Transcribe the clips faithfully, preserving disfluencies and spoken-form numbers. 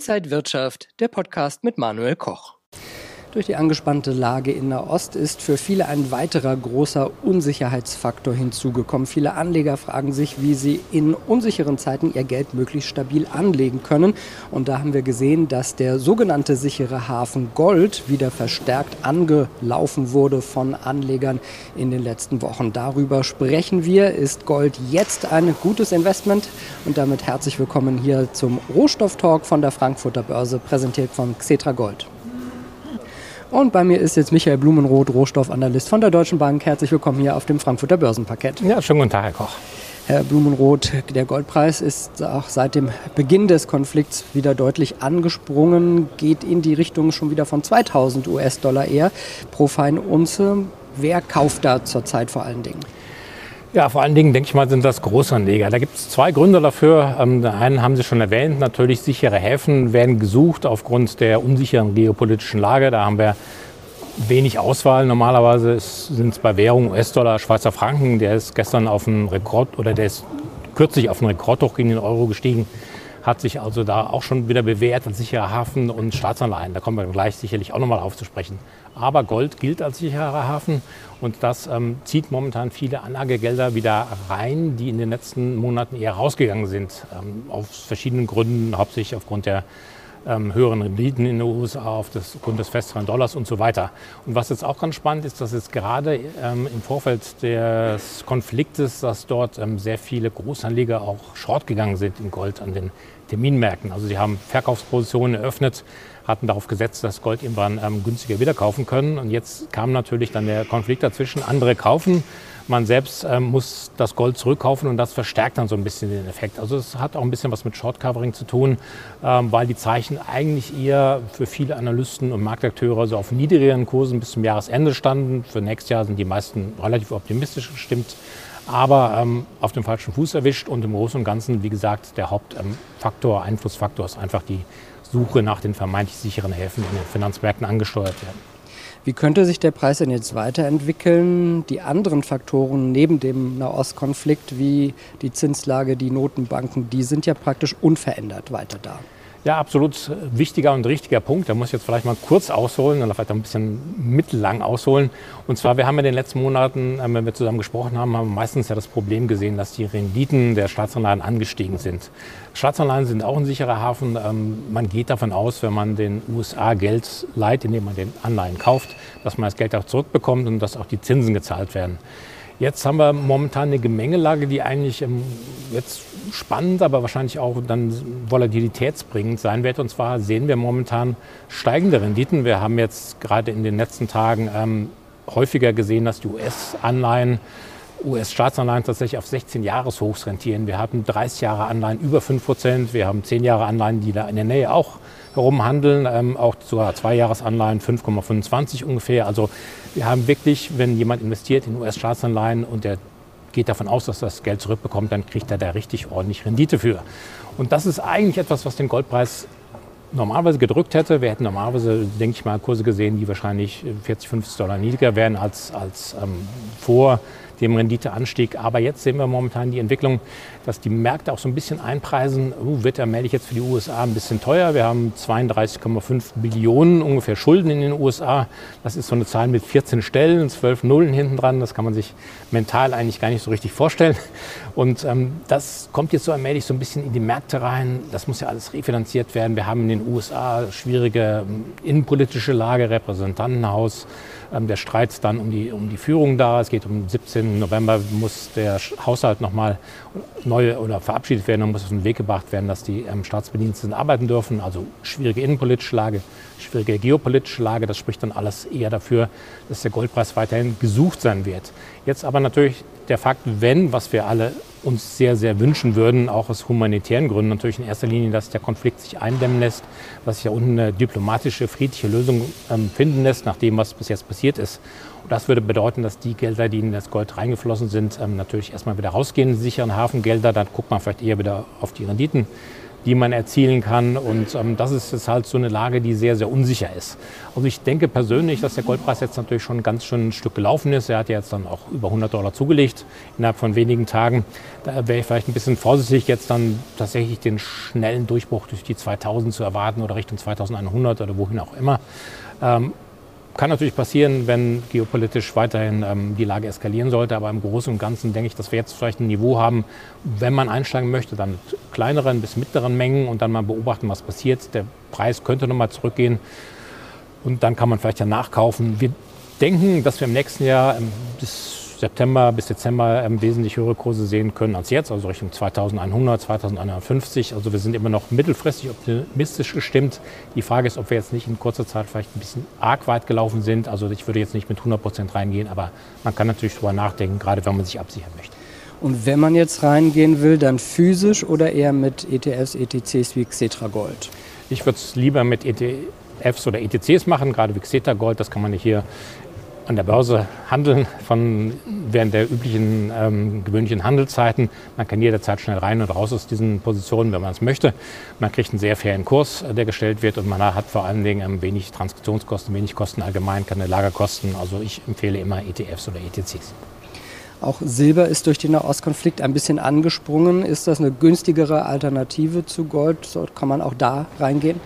Inside Wirtschaft, der Podcast mit Manuel Koch. Durch die angespannte Lage in Nahost ist für viele ein weiterer großer Unsicherheitsfaktor hinzugekommen. Viele Anleger fragen sich, wie sie in unsicheren Zeiten ihr Geld möglichst stabil anlegen können. Und da haben wir gesehen, dass der sogenannte sichere Hafen Gold wieder verstärkt angelaufen wurde von Anlegern in den letzten Wochen. Darüber sprechen wir. Ist Gold jetzt ein gutes Investment? Und damit herzlich willkommen hier zum Rohstofftalk von der Frankfurter Börse, präsentiert von Xetra Gold. Und bei mir ist jetzt Michael Blumenroth, Rohstoffanalyst von der Deutschen Bank. Herzlich willkommen hier auf dem Frankfurter Börsenparkett. Ja, schönen guten Tag, Herr Koch. Herr Blumenroth, der Goldpreis ist auch seit dem Beginn des Konflikts wieder deutlich angesprungen, geht in die Richtung schon wieder von zweitausend US-Dollar eher pro Feinunze. Wer kauft da zurzeit vor allen Dingen? Ja, vor allen Dingen, denke ich mal, sind das Großanleger. Da gibt es zwei Gründe dafür. Ähm, den einen haben Sie schon erwähnt, natürlich sichere Häfen werden gesucht aufgrund der unsicheren geopolitischen Lage. Da haben wir wenig Auswahl. Normalerweise sind es bei Währungen U S-Dollar, Schweizer Franken. Der ist gestern auf einen Rekord oder der ist kürzlich auf einen Rekordhoch gegen den Euro gestiegen. Hat sich also da auch schon wieder bewährt als sicherer Hafen und Staatsanleihen. Da kommen wir gleich sicherlich auch nochmal drauf zu sprechen. Aber Gold gilt als sicherer Hafen und das ähm, zieht momentan viele Anlagegelder wieder rein, die in den letzten Monaten eher rausgegangen sind. Ähm, aus verschiedenen Gründen, hauptsächlich aufgrund der ähm, höheren Renditen in den U S A, aufgrund des festeren Dollars und so weiter. Und was jetzt auch ganz spannend ist, dass jetzt gerade ähm, im Vorfeld des Konfliktes, dass dort ähm, sehr viele Großanleger auch short gegangen sind in Gold an den Terminmärkten. Also sie haben Verkaufspositionen eröffnet, hatten darauf gesetzt, dass Gold irgendwann ähm, günstiger wieder kaufen können. Und jetzt kam natürlich dann der Konflikt dazwischen. Andere kaufen, man selbst ähm, muss das Gold zurückkaufen und das verstärkt dann so ein bisschen den Effekt. Also es hat auch ein bisschen was mit Short-Covering zu tun, ähm, weil die Zeichen eigentlich eher für viele Analysten und Marktakteure so auf niedrigeren Kursen bis zum Jahresende standen. Für nächstes Jahr sind die meisten relativ optimistisch gestimmt, aber ähm, auf dem falschen Fuß erwischt. Und im Großen und Ganzen, wie gesagt, der Hauptfaktor, ähm, Einflussfaktor ist einfach die Suche nach den vermeintlich sicheren Häfen in den Finanzmärkten angesteuert werden. Wie könnte sich der Preis denn jetzt weiterentwickeln? Die anderen Faktoren neben dem Nahostkonflikt wie die Zinslage, die Notenbanken, die sind ja praktisch unverändert weiter da. Ja, absolut wichtiger und richtiger Punkt. Da muss ich jetzt vielleicht mal kurz ausholen oder vielleicht ein bisschen mittellang ausholen. Und zwar, wir haben in den letzten Monaten, wenn wir zusammen gesprochen haben, haben wir meistens ja das Problem gesehen, dass die Renditen der Staatsanleihen angestiegen sind. Staatsanleihen sind auch ein sicherer Hafen. Man geht davon aus, wenn man den U S A Geld leiht, indem man den Anleihen kauft, dass man das Geld auch zurückbekommt und dass auch die Zinsen gezahlt werden. Jetzt haben wir momentan eine Gemengelage, die eigentlich ähm, jetzt spannend, aber wahrscheinlich auch dann volatilitätsbringend sein wird. Und zwar sehen wir momentan steigende Renditen. Wir haben jetzt gerade in den letzten Tagen ähm, häufiger gesehen, dass die U S-Anleihen, U S-Staatsanleihen tatsächlich auf sechzehn Jahreshochs rentieren. Wir haben dreißig Jahre Anleihen über fünf Prozent. Wir haben zehn Jahre Anleihen, die da in der Nähe auch herumhandeln, ähm, auch sogar zwei Jahresanleihen fünf Komma fünfundzwanzig ungefähr. Also wir haben wirklich, wenn jemand investiert in U S-Staatsanleihen und der geht davon aus, dass das Geld zurückbekommt, dann kriegt er da richtig ordentlich Rendite für. Und das ist eigentlich etwas, was den Goldpreis normalerweise gedrückt hätte. Wir hätten normalerweise, denke ich mal, Kurse gesehen, die wahrscheinlich vierzig, fünfzig Dollar niedriger wären als, als ähm, vor dem Renditeanstieg. Aber jetzt sehen wir momentan die Entwicklung, dass die Märkte auch so ein bisschen einpreisen. Uh, wird allmählich jetzt für die U S A ein bisschen teuer. Wir haben zweiunddreißig Komma fünf Billionen ungefähr Schulden in den U S A. Das ist so eine Zahl mit vierzehn Stellen, zwölf Nullen hinten dran. Das kann man sich mental eigentlich gar nicht so richtig vorstellen. Und ähm, das kommt jetzt so allmählich so ein bisschen in die Märkte rein. Das muss ja alles refinanziert werden. Wir haben in den U S A schwierige ähm, innenpolitische Lage, Repräsentantenhaus. Ähm, der Streit dann um die, um die Führung da. Es geht um siebzehnten November muss der Haushalt nochmal neu oder verabschiedet werden und muss auf den Weg gebracht werden, dass die ähm, Staatsbediensteten arbeiten dürfen. Also schwierige innenpolitische Lage, schwierige geopolitische Lage. Das spricht dann alles eher dafür, dass der Goldpreis weiterhin gesucht sein wird. Jetzt aber natürlich der Fakt, wenn, was wir alle uns sehr, sehr wünschen würden, auch aus humanitären Gründen, natürlich in erster Linie, dass der Konflikt sich eindämmen lässt, dass sich ja unten eine diplomatische, friedliche Lösung ähm, finden lässt, nach dem, was bis jetzt passiert ist. Und das würde bedeuten, dass die Gelder, die in das Gold reingeflossen sind, ähm, natürlich erstmal wieder rausgehen, sicheren Hafengelder. Dann guckt man vielleicht eher wieder auf die Renditen die man erzielen kann. Und ähm, das ist jetzt halt so eine Lage, die sehr, sehr unsicher ist. Also ich denke persönlich, dass der Goldpreis jetzt natürlich schon ganz schön ein Stück gelaufen ist. Er hat ja jetzt dann auch über hundert Dollar zugelegt innerhalb von wenigen Tagen. Da wäre ich vielleicht ein bisschen vorsichtig, jetzt dann tatsächlich den schnellen Durchbruch durch die zweitausend zu erwarten oder Richtung zweitausendeinhundert oder wohin auch immer. Ähm, Kann natürlich passieren, wenn geopolitisch weiterhin ähm, die Lage eskalieren sollte. Aber im Großen und Ganzen denke ich, dass wir jetzt vielleicht ein Niveau haben, wenn man einsteigen möchte, dann mit kleineren bis mittleren Mengen und dann mal beobachten, was passiert. Der Preis könnte nochmal zurückgehen und dann kann man vielleicht ja nachkaufen. Wir denken, dass wir im nächsten Jahr ähm, bis September bis Dezember ähm, wesentlich höhere Kurse sehen können als jetzt, also Richtung zweitausendeinhundert, zweitausendeinhundertfünfzig. Also wir sind immer noch mittelfristig optimistisch gestimmt. Die Frage ist, ob wir jetzt nicht in kurzer Zeit vielleicht ein bisschen arg weit gelaufen sind. Also ich würde jetzt nicht mit hundert Prozent reingehen, aber man kann natürlich drüber nachdenken, gerade wenn man sich absichern möchte. Und wenn man jetzt reingehen will, dann physisch oder eher mit E T Fs, E T Cs wie Xetra Gold? Ich würde es lieber mit E T Fs oder E T Cs machen, gerade wie Xetra Gold. Das kann man nicht hier an der Börse handeln von während der üblichen ähm, gewöhnlichen Handelszeiten. Man kann jederzeit schnell rein und raus aus diesen Positionen, wenn man es möchte. Man kriegt einen sehr fairen Kurs, der gestellt wird, und man hat vor allen Dingen ähm, wenig Transaktionskosten, wenig Kosten allgemein, keine Lagerkosten. Also ich empfehle immer E T Fs oder E T Cs. Auch Silber ist durch den Nahostkonflikt ein bisschen angesprungen. Ist das eine günstigere Alternative zu Gold? So kann man auch da reingehen?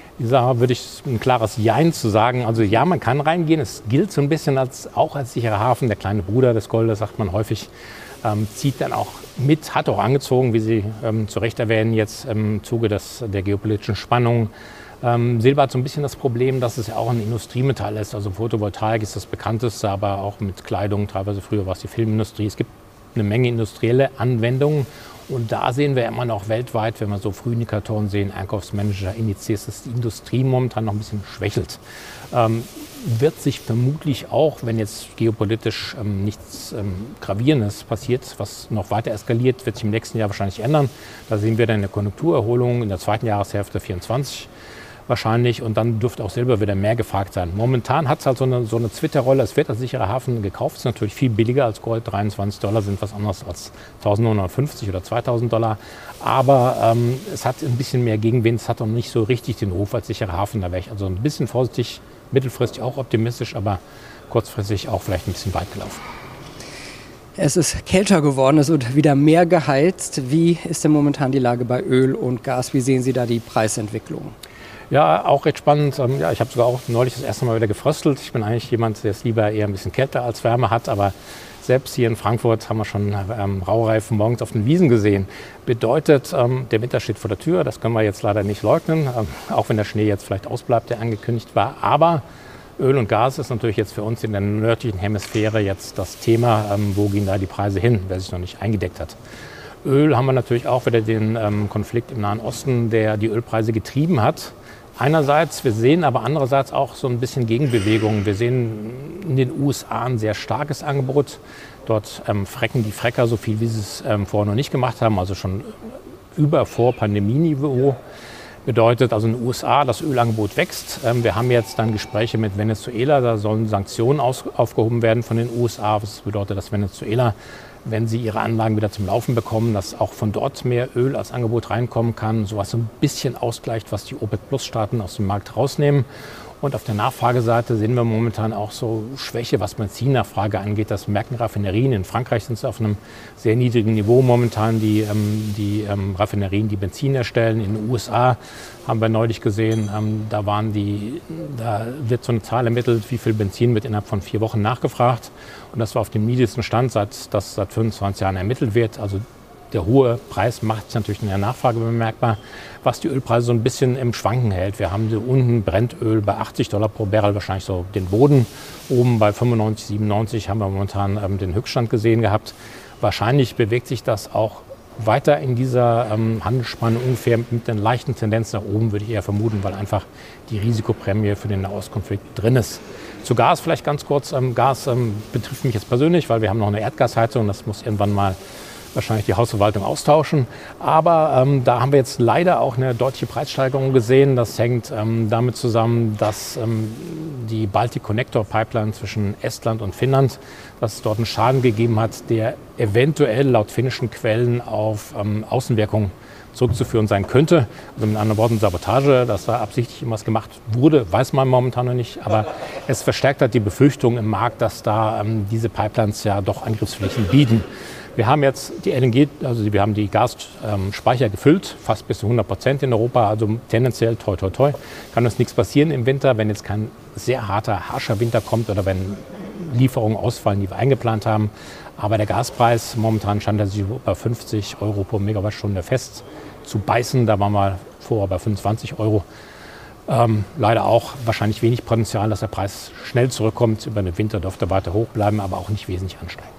Da würde ich ein klares Jein zu sagen. Also ja, man kann reingehen. Es gilt so ein bisschen als, auch als sicherer Hafen. Der kleine Bruder des Goldes, sagt man häufig, ähm, zieht dann auch mit, hat auch angezogen, wie Sie ähm, zu Recht erwähnen, jetzt im Zuge des, der geopolitischen Spannungen. Ähm, Silber hat so ein bisschen das Problem, dass es ja auch ein Industriemetall ist. Also Photovoltaik ist das bekannteste, aber auch mit Kleidung, teilweise früher war es die Filmindustrie. Es gibt eine Menge industrielle Anwendungen. Und da sehen wir immer noch weltweit, wenn wir so Frühindikatoren sehen, Einkaufsmanager-Indizes, dass die Industrie momentan noch ein bisschen schwächelt. Ähm, wird sich vermutlich auch, wenn jetzt geopolitisch ähm, nichts ähm, Gravierendes passiert, was noch weiter eskaliert, wird sich im nächsten Jahr wahrscheinlich ändern. Da sehen wir dann eine Konjunkturerholung in der zweiten Jahreshälfte vierundzwanzig wahrscheinlich, und dann dürfte auch Silber wieder mehr gefragt sein. Momentan hat es halt so eine, so eine Twitter-Rolle. Es wird als sicherer Hafen gekauft. Es ist natürlich viel billiger als Gold. dreiundzwanzig Dollar sind was anderes als eintausendneunhundertfünfzig oder zweitausend Dollar. Aber ähm, es hat ein bisschen mehr Gegenwind. Es hat noch nicht so richtig den Ruf als sicherer Hafen. Da wäre ich also ein bisschen vorsichtig, mittelfristig auch optimistisch, aber kurzfristig auch vielleicht ein bisschen weit gelaufen. Es ist kälter geworden, es wird wieder mehr geheizt. Wie ist denn momentan die Lage bei Öl und Gas? Wie sehen Sie da die Preisentwicklung? Ja, auch recht spannend. Ja, ich habe sogar auch neulich das erste Mal wieder gefröstelt. Ich bin eigentlich jemand, der es lieber eher ein bisschen kälter als Wärme hat. Aber selbst hier in Frankfurt haben wir schon ähm, Raureifen morgens auf den Wiesen gesehen. Bedeutet, ähm, der Winter steht vor der Tür. Das können wir jetzt leider nicht leugnen. Ähm, auch wenn der Schnee jetzt vielleicht ausbleibt, der angekündigt war. Aber Öl und Gas ist natürlich jetzt für uns in der nördlichen Hemisphäre jetzt das Thema. Ähm, wo gehen da die Preise hin, wer sich noch nicht eingedeckt hat. Öl haben wir natürlich auch wieder den ähm, Konflikt im Nahen Osten, der die Ölpreise getrieben hat. Einerseits, wir sehen aber andererseits auch so ein bisschen Gegenbewegungen. Wir sehen in den U S A ein sehr starkes Angebot. Dort ähm, frecken die Frecker so viel, wie sie es ähm, vorher noch nicht gemacht haben, also schon über Vor-Pandemie-Niveau. Bedeutet also in den U S A, das Ölangebot wächst. Ähm, wir haben jetzt dann Gespräche mit Venezuela, da sollen Sanktionen aus, aufgehoben werden von den U S A. Das bedeutet, dass Venezuela, wenn sie ihre Anlagen wieder zum Laufen bekommen, dass auch von dort mehr Öl als Angebot reinkommen kann. So was so ein bisschen ausgleicht, was die OPEC-Plus-Staaten aus dem Markt rausnehmen. Und auf der Nachfrageseite sehen wir momentan auch so Schwäche, was Benzinnachfrage angeht. Das merken Raffinerien. In Frankreich sind sie auf einem sehr niedrigen Niveau momentan, die, ähm, die ähm, Raffinerien, die Benzin erstellen. In den U S A haben wir neulich gesehen, ähm, da, waren die, da wird so eine Zahl ermittelt, wie viel Benzin wird innerhalb von vier Wochen nachgefragt. Und das war auf dem niedrigsten Stand, seit das seit fünfundzwanzig Jahren ermittelt wird. Also der hohe Preis macht sich natürlich in der Nachfrage bemerkbar, was die Ölpreise so ein bisschen im Schwanken hält. Wir haben hier unten Brennöl bei achtzig Dollar pro Barrel, wahrscheinlich so den Boden. Oben bei fünfundneunzig, siebenundneunzig haben wir momentan ähm, den Höchststand gesehen gehabt. Wahrscheinlich bewegt sich das auch weiter in dieser ähm, Handelsspanne ungefähr mit einer leichten Tendenz nach oben, würde ich eher vermuten, weil einfach die Risikoprämie für den Nahostkonflikt drin ist. Zu Gas vielleicht ganz kurz. Ähm, Gas ähm, betrifft mich jetzt persönlich, weil wir haben noch eine Erdgasheizung. Das muss irgendwann mal wahrscheinlich die Hausverwaltung austauschen. Aber ähm, da haben wir jetzt leider auch eine deutliche Preissteigerung gesehen. Das hängt ähm, damit zusammen, dass ähm, die Baltic Connector Pipeline zwischen Estland und Finnland, dass es dort einen Schaden gegeben hat, der eventuell laut finnischen Quellen auf ähm, Außenwirkung zurückzuführen sein könnte. Also mit anderen Worten Sabotage, dass da absichtlich irgendwas gemacht wurde, weiß man momentan noch nicht. Aber es verstärkt halt die Befürchtung im Markt, dass da ähm, diese Pipelines ja doch Angriffsflächen bieten. Wir haben jetzt die L N G, also wir haben die Gasspeicher ähm, gefüllt, fast bis zu hundert Prozent in Europa. Also tendenziell toi toi toi. Kann uns nichts passieren im Winter, wenn jetzt kein sehr harter, harscher Winter kommt oder wenn Lieferungen ausfallen, die wir eingeplant haben. Aber der Gaspreis, momentan stand er sich über fünfzig Euro pro Megawattstunde fest zu beißen. Da waren wir vorher bei fünfundzwanzig Euro. Ähm, leider auch wahrscheinlich wenig Potenzial, dass der Preis schnell zurückkommt. Über den Winter dürfte er weiter hoch bleiben, aber auch nicht wesentlich ansteigen.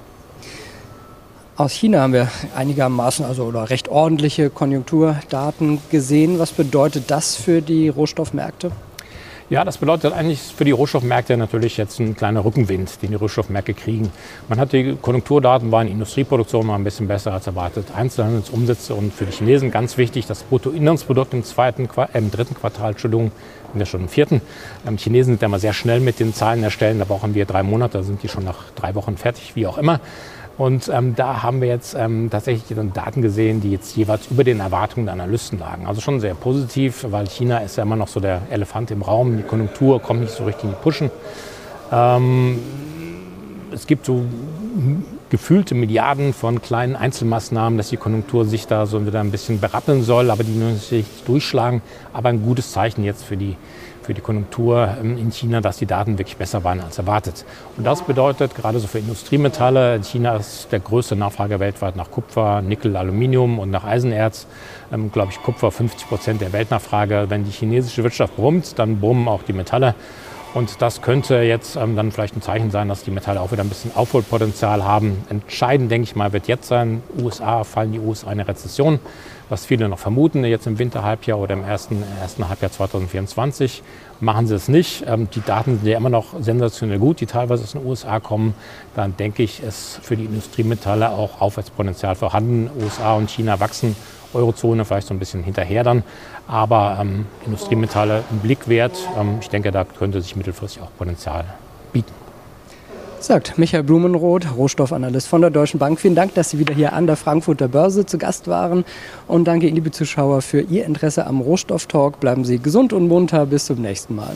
Aus China haben wir einigermaßen, also oder recht ordentliche Konjunkturdaten gesehen. Was bedeutet das für die Rohstoffmärkte? Ja, das bedeutet eigentlich für die Rohstoffmärkte natürlich jetzt ein kleiner Rückenwind, den die Rohstoffmärkte kriegen. Man hat die Konjunkturdaten, waren in Industrieproduktion mal ein bisschen besser als erwartet. Einzelhandelsumsätze und für die Chinesen ganz wichtig, das Bruttoinlandsprodukt im zweiten, äh, im dritten Quartal, Entschuldigung, in der schon im vierten. Ähm, die Chinesen sind ja mal sehr schnell mit den Zahlen erstellen, da brauchen wir drei Monate, da sind die schon nach drei Wochen fertig, wie auch immer. Und ähm, da haben wir jetzt ähm, tatsächlich dann Daten gesehen, die jetzt jeweils über den Erwartungen der Analysten lagen. Also schon sehr positiv, weil China ist ja immer noch so der Elefant im Raum. Die Konjunktur kommt nicht so richtig in die Pushen. Ähm, es gibt so gefühlte Milliarden von kleinen Einzelmaßnahmen, dass die Konjunktur sich da so wieder ein bisschen berappeln soll, aber die nur nicht durchschlagen. Aber ein gutes Zeichen jetzt für die für die Konjunktur in China, dass die Daten wirklich besser waren als erwartet. Und das bedeutet gerade so für Industriemetalle, China ist der größte Nachfrager weltweit nach Kupfer, Nickel, Aluminium und nach Eisenerz. Ähm, glaube ich, Kupfer fünfzig Prozent der Weltnachfrage. Wenn die chinesische Wirtschaft brummt, dann brummen auch die Metalle. Und das könnte jetzt ähm, dann vielleicht ein Zeichen sein, dass die Metalle auch wieder ein bisschen Aufholpotenzial haben. Entscheidend, denke ich mal, wird jetzt sein, U S A, fallen die U S A in eine Rezession, was viele noch vermuten, jetzt im Winterhalbjahr oder im ersten, ersten Halbjahr zwanzig vierundzwanzig. Machen sie es nicht. Ähm, die Daten sind ja immer noch sensationell gut, die teilweise aus den U S A kommen. Dann denke ich, ist für die Industriemetalle auch Aufwärtspotenzial vorhanden. U S A und China wachsen, Eurozone vielleicht so ein bisschen hinterher dann. Aber ähm, Industriemetalle im Blick wert. Ähm, ich denke, da könnte sich mittelfristig auch Potenzial bieten. Sagt Michael Blumenroth, Rohstoffanalyst von der Deutschen Bank. Vielen Dank, dass Sie wieder hier an der Frankfurter Börse zu Gast waren. Und danke Ihnen, liebe Zuschauer, für Ihr Interesse am Rohstofftalk. Bleiben Sie gesund und munter. Bis zum nächsten Mal.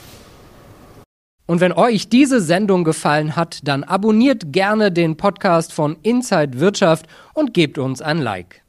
Und wenn euch diese Sendung gefallen hat, dann abonniert gerne den Podcast von Inside Wirtschaft und gebt uns ein Like.